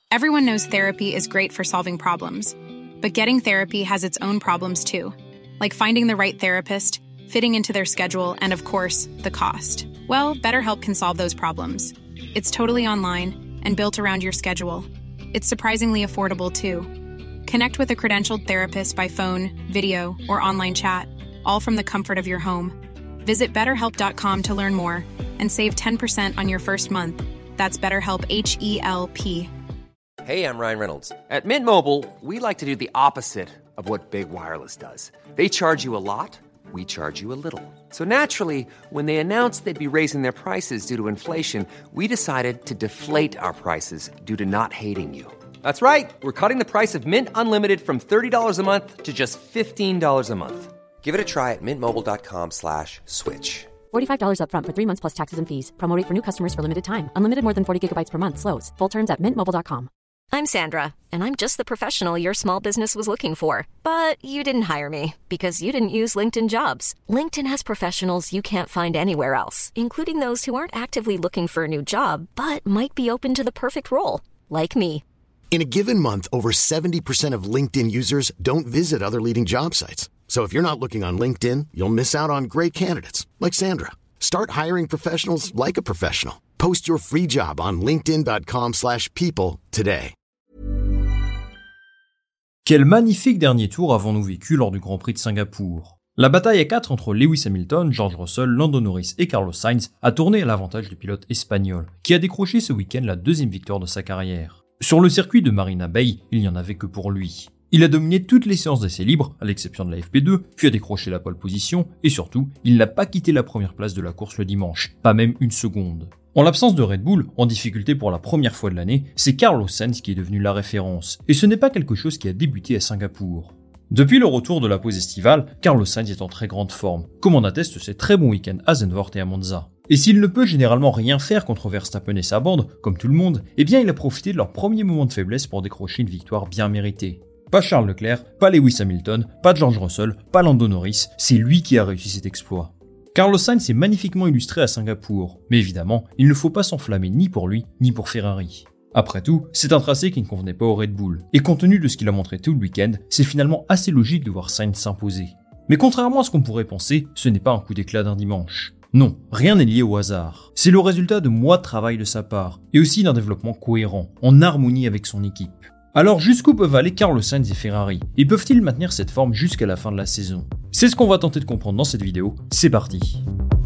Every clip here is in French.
Everyone knows therapy is great for solving problems, but getting therapy has its own problems too, like finding the right therapist, fitting into their schedule, and of course, the cost. Well, BetterHelp can solve those problems. It's totally online and built around your schedule. It's surprisingly affordable too. Connect with a credentialed therapist by phone, video, or online chat, all from the comfort of your home. Visit BetterHelp.com to learn more and save 10% on your first month. That's BetterHelp, H-E-L-P. Hey, I'm Ryan Reynolds. At Mint Mobile, we like to do the opposite of what Big Wireless does. They charge you a lot, we charge you a little. So naturally, when they announced they'd be raising their prices due to inflation, we decided to deflate our prices due to not hating you. That's right. We're cutting the price of Mint Unlimited from $30 a month to just $15 a month. Give it a try at mintmobile.com/switch. $45 up front for 3 months plus taxes and fees. Promo rate for new customers for limited time. Unlimited more than 40 gigabytes per month slows. Full terms at mintmobile.com. I'm Sandra, and I'm just the professional your small business was looking for. But you didn't hire me because you didn't use LinkedIn Jobs. LinkedIn has professionals you can't find anywhere else, including those who aren't actively looking for a new job, but might be open to the perfect role, like me. In a given month, over 70% of LinkedIn users don't visit other leading job sites. So if you're not looking on LinkedIn, you'll miss out on great candidates like Sandra. Start hiring professionals like a professional. Post your free job on linkedin.com/people today. Quel magnifique dernier tour avons-nous vécu lors du Grand Prix de Singapour. La bataille à 4 entre Lewis Hamilton, George Russell, Lando Norris et Carlos Sainz a tourné à l'avantage du pilote espagnol, qui a décroché ce week-end la 2e victoire de sa carrière. Sur le circuit de Marina Bay, il n'y en avait que pour lui. Il a dominé toutes les séances d'essais libres, à l'exception de la FP2, puis a décroché la pole position, et surtout, il n'a pas quitté la première place de la course le dimanche, pas même une seconde. En l'absence de Red Bull, en difficulté pour la première fois de l'année, c'est Carlos Sainz qui est devenu la référence, et ce n'est pas quelque chose qui a débuté à Singapour. Depuis le retour de la pause estivale, Carlos Sainz est en très grande forme, comme en attestent ses très bons week-ends à Zandvoort et à Monza. Et s'il ne peut généralement rien faire contre Verstappen et sa bande, comme tout le monde, eh bien il a profité de leur premier moment de faiblesse pour décrocher une victoire bien méritée. Pas Charles Leclerc, pas Lewis Hamilton, pas George Russell, pas Lando Norris, c'est lui qui a réussi cet exploit. Carlos Sainz est magnifiquement illustré à Singapour, mais évidemment, il ne faut pas s'enflammer ni pour lui, ni pour Ferrari. Après tout, c'est un tracé qui ne convenait pas au Red Bull, et compte tenu de ce qu'il a montré tout le week-end, c'est finalement assez logique de voir Sainz s'imposer. Mais contrairement à ce qu'on pourrait penser, ce n'est pas un coup d'éclat d'un dimanche. Non, rien n'est lié au hasard. C'est le résultat de mois de travail de sa part, et aussi d'un développement cohérent, en harmonie avec son équipe. Alors jusqu'où peuvent aller Carlos Sainz et Ferrari? Et peuvent-ils maintenir cette forme jusqu'à la fin de la saison? C'est ce qu'on va tenter de comprendre dans cette vidéo, c'est parti.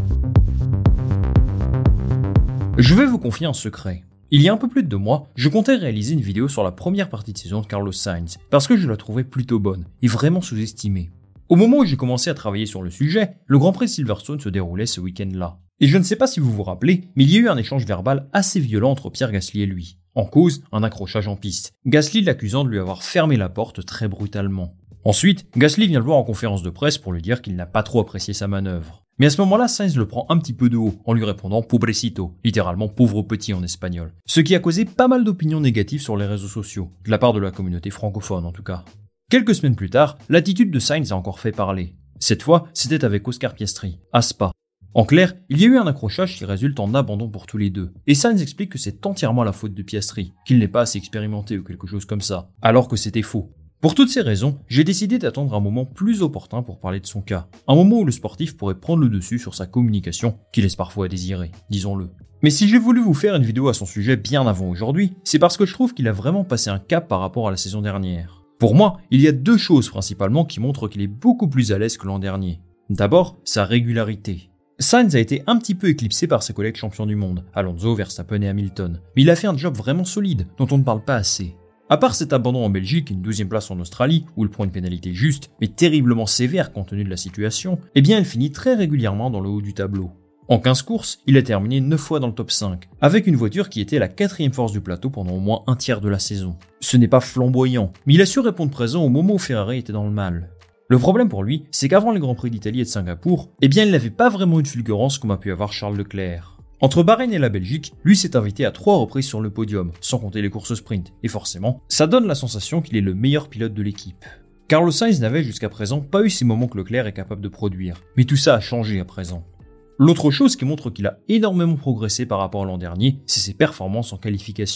Je vais vous confier un secret. Il y a un peu plus de 2 mois, je comptais réaliser une vidéo sur la première partie de saison de Carlos Sainz, parce que je la trouvais plutôt bonne, et vraiment sous-estimée. Au moment où j'ai commencé à travailler sur le sujet, le Grand Prix de Silverstone se déroulait ce week-end-là. Et je ne sais pas si vous vous rappelez, mais il y a eu un échange verbal assez violent entre Pierre Gasly et lui. En cause, un accrochage en piste. Gasly l'accusant de lui avoir fermé la porte très brutalement. Ensuite, Gasly vient le voir en conférence de presse pour lui dire qu'il n'a pas trop apprécié sa manœuvre. Mais à ce moment-là, Sainz le prend un petit peu de haut en lui répondant « pobrecito », littéralement « pauvre petit » en espagnol. Ce qui a causé pas mal d'opinions négatives sur les réseaux sociaux, de la part de la communauté francophone en tout cas. Quelques semaines plus tard, l'attitude de Sainz a encore fait parler. Cette fois, c'était avec Oscar Piastri, à Spa. En clair, il y a eu un accrochage qui résulte en abandon pour tous les deux. Et Sainz explique que c'est entièrement la faute de Piastri, qu'il n'est pas assez expérimenté ou quelque chose comme ça, alors que c'était faux. Pour toutes ces raisons, j'ai décidé d'attendre un moment plus opportun pour parler de son cas. Un moment où le sportif pourrait prendre le dessus sur sa communication, qui laisse parfois à désirer, disons-le. Mais si j'ai voulu vous faire une vidéo à son sujet bien avant aujourd'hui, c'est parce que je trouve qu'il a vraiment passé un cap par rapport à la saison dernière. Pour moi, il y a 2 choses principalement qui montrent qu'il est beaucoup plus à l'aise que l'an dernier. D'abord, sa régularité. Sainz a été un petit peu éclipsé par ses collègues champions du monde, Alonso, Verstappen et Hamilton, mais il a fait un job vraiment solide, dont on ne parle pas assez. À part cet abandon en Belgique et une 2e place en Australie, où il prend une pénalité juste, mais terriblement sévère compte tenu de la situation, eh bien il finit très régulièrement dans le haut du tableau. En 15 courses, il a terminé 9 fois dans le top 5, avec une voiture qui était la 4e force du plateau pendant au moins un tiers de la saison. Ce n'est pas flamboyant, mais il a su répondre présent au moment où Ferrari était dans le mal. Le problème pour lui, c'est qu'avant les Grands Prix d'Italie et de Singapour, eh bien il n'avait pas vraiment eu de fulgurance comme a pu avoir Charles Leclerc. Entre Bahreïn et la Belgique, lui s'est invité à 3 reprises sur le podium, sans compter les courses sprint, et forcément, ça donne la sensation qu'il est le meilleur pilote de l'équipe. Carlos Sainz n'avait jusqu'à présent pas eu ces moments que Leclerc est capable de produire, mais tout ça a changé à présent. L'autre chose qui montre qu'il a énormément progressé par rapport à l'an dernier, c'est ses performances en qualification.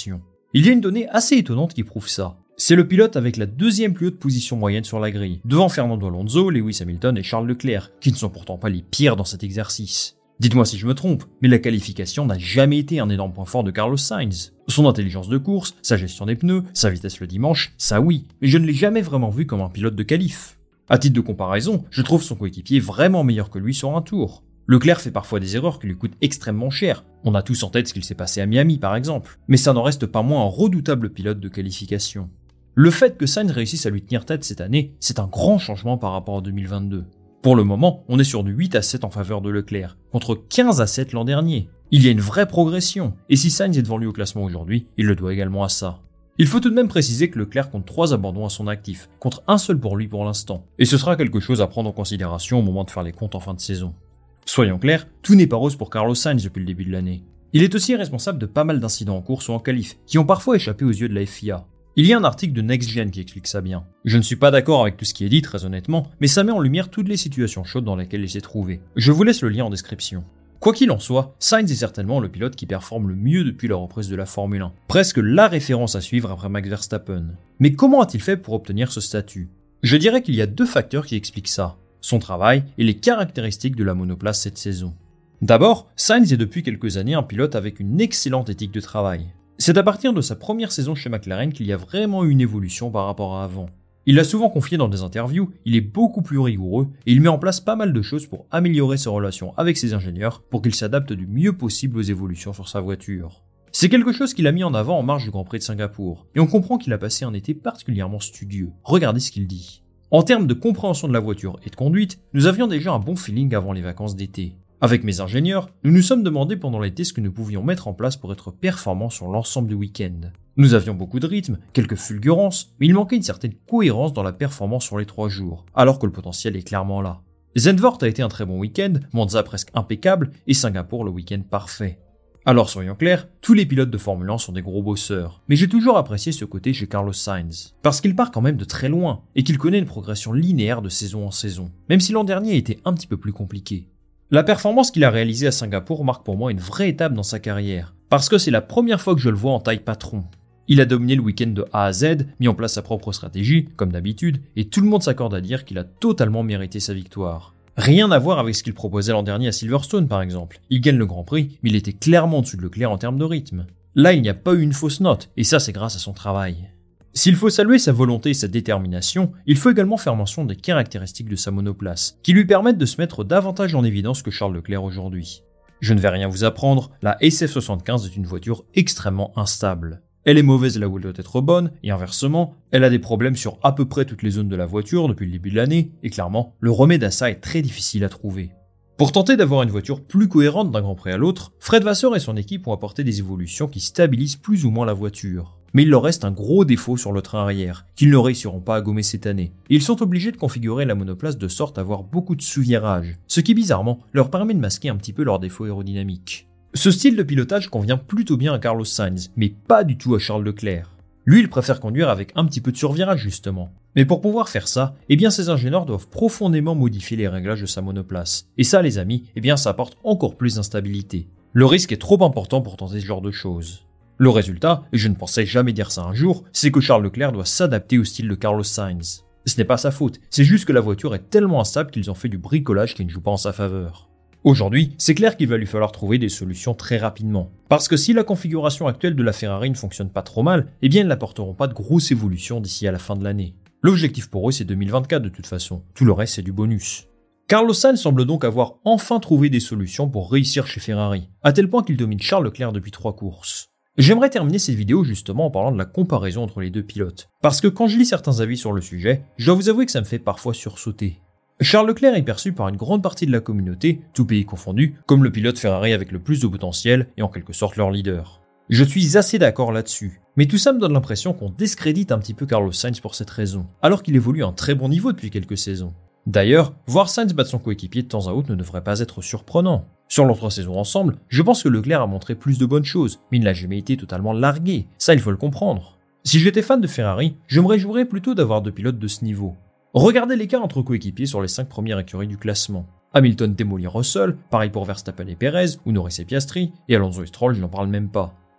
Il y a une donnée assez étonnante qui prouve ça. C'est le pilote avec la deuxième plus haute position moyenne sur la grille, devant Fernando Alonso, Lewis Hamilton et Charles Leclerc, qui ne sont pourtant pas les pires dans cet exercice. Dites-moi si je me trompe, mais la qualification n'a jamais été un énorme point fort de Carlos Sainz. Son intelligence de course, sa gestion des pneus, sa vitesse le dimanche, ça oui, mais je ne l'ai jamais vraiment vu comme un pilote de qualif. À titre de comparaison, je trouve son coéquipier vraiment meilleur que lui sur un tour. Leclerc fait parfois des erreurs qui lui coûtent extrêmement cher. On a tous en tête ce qu'il s'est passé à Miami par exemple, mais ça n'en reste pas moins un redoutable pilote de qualification. Le fait que Sainz réussisse à lui tenir tête cette année, c'est un grand changement par rapport à 2022. Pour le moment, on est sur du 8-7 en faveur de Leclerc, contre 15-7 l'an dernier. Il y a une vraie progression, et si Sainz est devant lui au classement aujourd'hui, il le doit également à ça. Il faut tout de même préciser que Leclerc compte 3 abandons à son actif, contre un seul pour lui pour l'instant, et ce sera quelque chose à prendre en considération au moment de faire les comptes en fin de saison. Soyons clairs, tout n'est pas rose pour Carlos Sainz depuis le début de l'année. Il est aussi responsable de pas mal d'incidents en course ou en qualif, qui ont parfois échappé aux yeux de la FIA. Il y a un article de Next Gen qui explique ça bien. Je ne suis pas d'accord avec tout ce qui est dit, très honnêtement, mais ça met en lumière toutes les situations chaudes dans lesquelles il s'est trouvé. Je vous laisse le lien en description. Quoi qu'il en soit, Sainz est certainement le pilote qui performe le mieux depuis la reprise de la Formule 1. Presque la référence à suivre après Max Verstappen. Mais comment a-t-il fait pour obtenir ce statut ? Je dirais qu'il y a 2 facteurs qui expliquent ça. Son travail et les caractéristiques de la monoplace cette saison. D'abord, Sainz est depuis quelques années un pilote avec une excellente éthique de travail. C'est à partir de sa première saison chez McLaren qu'il y a vraiment eu une évolution par rapport à avant. Il l'a souvent confié dans des interviews, il est beaucoup plus rigoureux et il met en place pas mal de choses pour améliorer ses relations avec ses ingénieurs pour qu'il s'adapte du mieux possible aux évolutions sur sa voiture. C'est quelque chose qu'il a mis en avant en marge du Grand Prix de Singapour, et on comprend qu'il a passé un été particulièrement studieux. Regardez ce qu'il dit. En termes de compréhension de la voiture et de conduite, nous avions déjà un bon feeling avant les vacances d'été. Avec mes ingénieurs, nous nous sommes demandé pendant l'été ce que nous pouvions mettre en place pour être performants sur l'ensemble du week-end. Nous avions beaucoup de rythme, quelques fulgurances, mais il manquait une certaine cohérence dans la performance sur les 3 jours, alors que le potentiel est clairement là. Zandvoort a été un très bon week-end, Monza presque impeccable, et Singapour le week-end parfait. Alors soyons clairs, tous les pilotes de Formule 1 sont des gros bosseurs, mais j'ai toujours apprécié ce côté chez Carlos Sainz, parce qu'il part quand même de très loin, et qu'il connaît une progression linéaire de saison en saison, même si l'an dernier était un petit peu plus compliqué. La performance qu'il a réalisée à Singapour marque pour moi une vraie étape dans sa carrière, parce que c'est la première fois que je le vois en taille patron. Il a dominé le week-end de A à Z, mis en place sa propre stratégie, comme d'habitude, et tout le monde s'accorde à dire qu'il a totalement mérité sa victoire. Rien à voir avec ce qu'il proposait l'an dernier à Silverstone par exemple. Il gagne le Grand Prix, mais il était clairement au-dessus de Leclerc en termes de rythme. Là, il n'y a pas eu une fausse note, et ça c'est grâce à son travail. S'il faut saluer sa volonté et sa détermination, il faut également faire mention des caractéristiques de sa monoplace, qui lui permettent de se mettre davantage en évidence que Charles Leclerc aujourd'hui. Je ne vais rien vous apprendre, la SF75 est une voiture extrêmement instable. Elle est mauvaise là où elle doit être bonne, et inversement, elle a des problèmes sur à peu près toutes les zones de la voiture depuis le début de l'année, et clairement, le remède à ça est très difficile à trouver. Pour tenter d'avoir une voiture plus cohérente d'un Grand Prix à l'autre, Fred Vasseur et son équipe ont apporté des évolutions qui stabilisent plus ou moins la voiture. Mais il leur reste un gros défaut sur le train arrière, qu'ils ne réussiront pas à gommer cette année. Et ils sont obligés de configurer la monoplace de sorte à avoir beaucoup de sous-virage, ce qui bizarrement leur permet de masquer un petit peu leurs défauts aérodynamiques. Ce style de pilotage convient plutôt bien à Carlos Sainz, mais pas du tout à Charles Leclerc. Lui, il préfère conduire avec un petit peu de survirage justement. Mais pour pouvoir faire ça, ses ingénieurs doivent profondément modifier les réglages de sa monoplace. Et ça les amis, ça apporte encore plus d'instabilité. Le risque est trop important pour tenter ce genre de choses. Le résultat, et je ne pensais jamais dire ça un jour, c'est que Charles Leclerc doit s'adapter au style de Carlos Sainz. Ce n'est pas sa faute, c'est juste que la voiture est tellement instable qu'ils ont fait du bricolage qui ne joue pas en sa faveur. Aujourd'hui, c'est clair qu'il va lui falloir trouver des solutions très rapidement. Parce que si la configuration actuelle de la Ferrari ne fonctionne pas trop mal, ils n'apporteront pas de grosses évolutions d'ici à la fin de l'année. L'objectif pour eux c'est 2024 de toute façon, tout le reste c'est du bonus. Carlos Sainz semble donc avoir enfin trouvé des solutions pour réussir chez Ferrari, à tel point qu'il domine Charles Leclerc depuis 3 courses. J'aimerais terminer cette vidéo justement en parlant de la comparaison entre les deux pilotes, parce que quand je lis certains avis sur le sujet, je dois vous avouer que ça me fait parfois sursauter. Charles Leclerc est perçu par une grande partie de la communauté, tout pays confondu, comme le pilote Ferrari avec le plus de potentiel et en quelque sorte leur leader. Je suis assez d'accord là-dessus, mais tout ça me donne l'impression qu'on discrédite un petit peu Carlos Sainz pour cette raison, alors qu'il évolue à un très bon niveau depuis quelques saisons. D'ailleurs, voir Sainz battre son coéquipier de temps à autre ne devrait pas être surprenant. Sur leurs 3 saisons ensemble, je pense que Leclerc a montré plus de bonnes choses, mais il n'a jamais été totalement largué, ça il faut le comprendre. Si j'étais fan de Ferrari, je me réjouirais plutôt d'avoir 2 pilotes de ce niveau. Regardez l'écart entre coéquipiers sur les 5 premières écuries du classement. Hamilton démolit Russell, pareil pour Verstappen et Perez, ou Norris et Piastri, et Alonso et Stroll, je n'en parle même pas.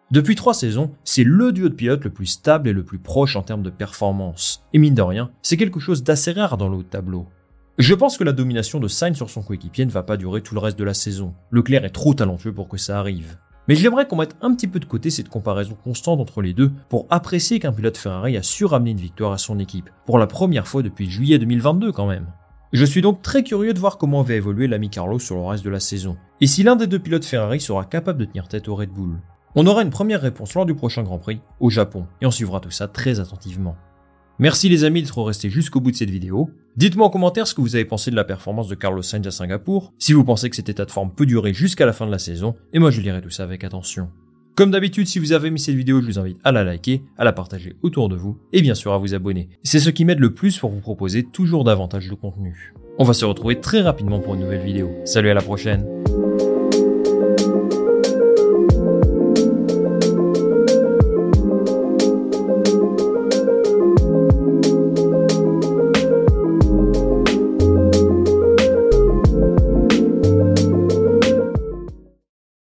Depuis 3 saisons, c'est le duo de pilotes le plus stable et le plus proche en termes de performance. Et mine de rien, c'est quelque chose d'assez rare dans le haut de tableau. Je pense que la domination de Sainz sur son coéquipier ne va pas durer tout le reste de la saison. Leclerc est trop talentueux pour que ça arrive. Mais j'aimerais qu'on mette un petit peu de côté cette comparaison constante entre les deux pour apprécier qu'un pilote Ferrari a su ramener une victoire à son équipe, pour la première fois depuis juillet 2022 quand même. Je suis donc très curieux de voir comment va évoluer l'ami Carlos sur le reste de la saison, et si l'un des deux pilotes Ferrari sera capable de tenir tête au Red Bull. On aura une première réponse lors du prochain Grand Prix, au Japon, et on suivra tout ça très attentivement. Merci les amis d'être restés jusqu'au bout de cette vidéo. Dites-moi en commentaire ce que vous avez pensé de la performance de Carlos Sainz à Singapour, si vous pensez que cet état de forme peut durer jusqu'à la fin de la saison, et moi je lirai tout ça avec attention. Comme d'habitude, si vous avez aimé cette vidéo, je vous invite à la liker, à la partager autour de vous, et bien sûr à vous abonner. C'est ce qui m'aide le plus pour vous proposer toujours davantage de contenu. On va se retrouver très rapidement pour une nouvelle vidéo. Salut, à la prochaine!